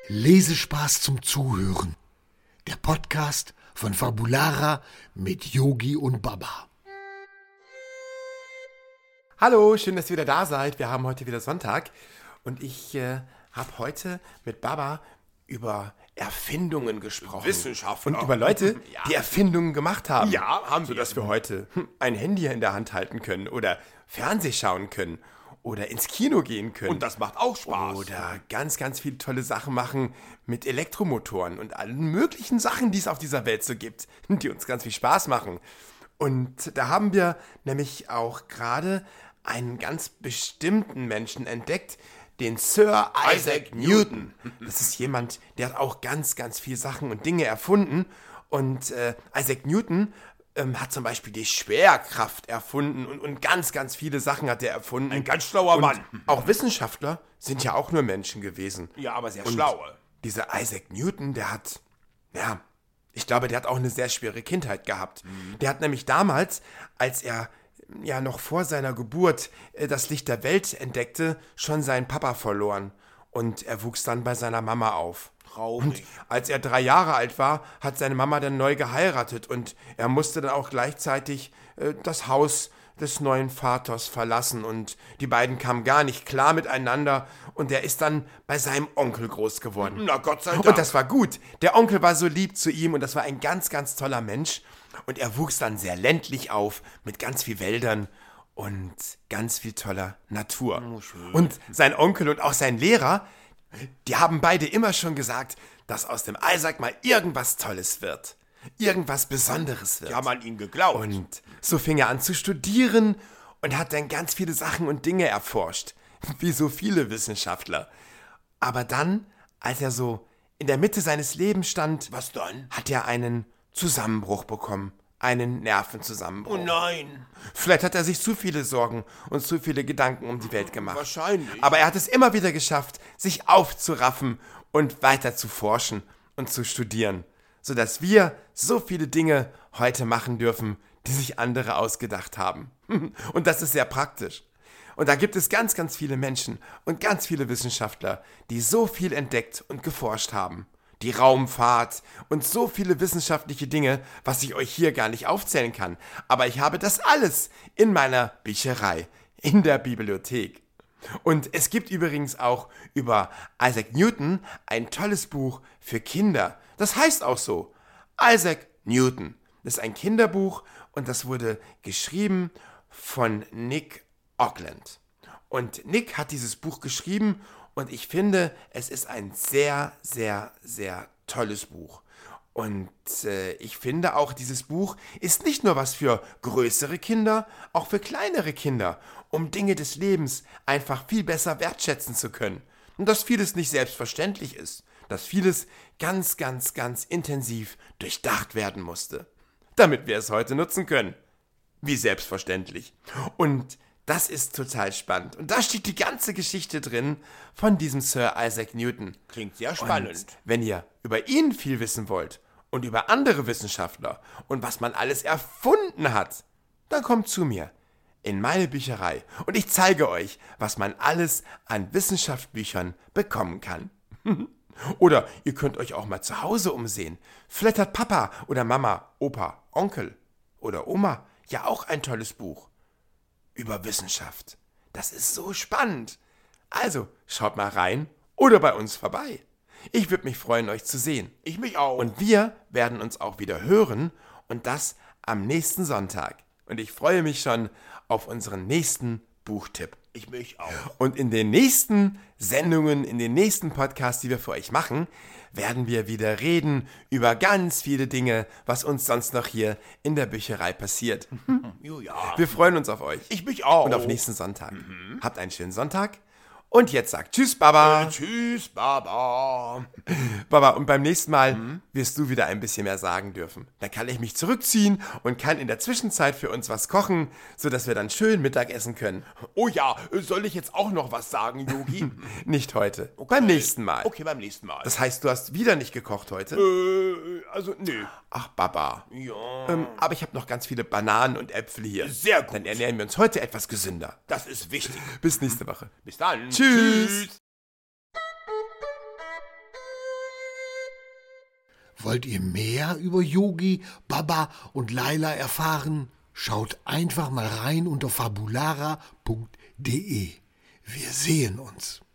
Lesespaß zum Zuhören. Der Podcast von Fabulara mit Yogi und Baba. Hallo, schön, dass ihr wieder da seid. Wir haben heute wieder Sonntag und ich habe heute mit Baba über Erfindungen gesprochen. Wissenschaftler. Und über Leute, die Erfindungen gemacht haben. Ja, haben sie. Sodass wir heute ein Handy in der Hand halten können oder Fernseh schauen können oder ins Kino gehen können. Und das macht auch Spaß. Oder ganz, ganz viele tolle Sachen machen mit Elektromotoren und allen möglichen Sachen, die es auf dieser Welt so gibt, die uns ganz viel Spaß machen. Und da haben wir nämlich auch gerade einen ganz bestimmten Menschen entdeckt, den Sir Isaac Newton. Das ist jemand, der hat auch ganz, ganz viele Sachen und Dinge erfunden. Und Isaac Newton hat zum Beispiel die Schwerkraft erfunden und ganz, ganz viele Sachen hat er erfunden. Ein ganz schlauer Mann. Auch Wissenschaftler sind ja auch nur Menschen gewesen. Ja, aber sehr Und schlaue. Dieser Isaac Newton, der hat, ja, ich glaube, der hat auch eine sehr schwere Kindheit gehabt. Der hat nämlich damals, als er ja noch vor seiner Geburt das Licht der Welt entdeckte, schon seinen Papa verloren. Und er wuchs dann bei seiner Mama auf. Traurig. Und als er 3 Jahre alt war, hat seine Mama dann neu geheiratet und er musste dann auch gleichzeitig das Haus des neuen Vaters verlassen und die beiden kamen gar nicht klar miteinander und er ist dann bei seinem Onkel groß geworden. Na, Gott sei Dank. Und das war gut. Der Onkel war so lieb zu ihm und das war ein ganz, ganz toller Mensch. Und er wuchs dann sehr ländlich auf, mit ganz viel Wäldern und ganz viel toller Natur. Und sein Onkel und auch sein Lehrer, die haben beide immer schon gesagt, dass aus dem Isaac mal irgendwas Tolles wird. Irgendwas Besonderes wird. Die haben an ihn geglaubt. Und so fing er an zu studieren und hat dann ganz viele Sachen und Dinge erforscht. Wie so viele Wissenschaftler. Aber dann, als er so in der Mitte seines Lebens stand, Was dann? hat er einen Zusammenbruch bekommen. Einen Nervenzusammenbruch. Oh nein. Vielleicht hat er sich zu viele Sorgen und zu viele Gedanken um die Welt gemacht. Wahrscheinlich. Aber er hat es immer wieder geschafft, sich aufzuraffen und weiter zu forschen und zu studieren, sodass wir so viele Dinge heute machen dürfen, die sich andere ausgedacht haben. Und das ist sehr praktisch. Und da gibt es ganz, ganz viele Menschen und ganz viele Wissenschaftler, die so viel entdeckt und geforscht haben. Die Raumfahrt und so viele wissenschaftliche Dinge, was ich euch hier gar nicht aufzählen kann. Aber ich habe das alles in meiner Bücherei, in der Bibliothek. Und es gibt übrigens auch über Isaac Newton ein tolles Buch für Kinder. Das heißt auch so, Isaac Newton. Das ist ein Kinderbuch und das wurde geschrieben von Nick Ogland. Und Nick hat dieses Buch geschrieben und ich finde, es ist ein sehr, sehr, sehr tolles Buch. Und ich finde auch, dieses Buch ist nicht nur was für größere Kinder, auch für kleinere Kinder, um Dinge des Lebens einfach viel besser wertschätzen zu können. Und dass vieles nicht selbstverständlich ist, dass vieles ganz, ganz, ganz intensiv durchdacht werden musste, damit wir es heute nutzen können. Wie selbstverständlich. Und das ist total spannend. Und da steht die ganze Geschichte drin von diesem Sir Isaac Newton. Klingt sehr spannend. Und wenn ihr über ihn viel wissen wollt und über andere Wissenschaftler und was man alles erfunden hat, dann kommt zu mir in meine Bücherei und ich zeige euch, was man alles an Wissenschaftsbüchern bekommen kann. Oder ihr könnt euch auch mal zu Hause umsehen. Vielleicht hat Papa oder Mama, Opa, Onkel oder Oma ja auch ein tolles Buch über Wissenschaft. Das ist so spannend. Also, schaut mal rein oder bei uns vorbei. Ich würde mich freuen, euch zu sehen. Ich mich auch. Und wir werden uns auch wieder hören und das am nächsten Sonntag. Und ich freue mich schon auf unseren nächsten Buchtipp. Ich mich auch. Und in den nächsten Sendungen, in den nächsten Podcasts, die wir für euch machen, werden wir wieder reden über ganz viele Dinge, was uns sonst noch hier in der Bücherei passiert. Ja. Wir freuen uns auf euch. Ich mich auch. Und auf nächsten Sonntag. Habt einen schönen Sonntag. Und jetzt sagt Tschüss, Baba. Tschüss, Baba. Baba, und beim nächsten Mal wirst du wieder ein bisschen mehr sagen dürfen. Dann kann ich mich zurückziehen und kann in der Zwischenzeit für uns was kochen, sodass wir dann schön Mittag essen können. Oh ja, soll ich jetzt auch noch was sagen, Yogi? Nicht heute. Beim nächsten Mal. Okay, beim nächsten Mal. Das heißt, du hast wieder nicht gekocht heute? Also, nö. Ach, Baba. Ja. Aber ich habe noch ganz viele Bananen und Äpfel hier. Sehr gut. Dann ernähren wir uns heute etwas gesünder. Das ist wichtig. Bis nächste Woche. Bis dann. Tschüss. Wollt ihr mehr über Yogi, Baba und Laila erfahren? Schaut einfach mal rein unter fabulara.de. Wir sehen uns.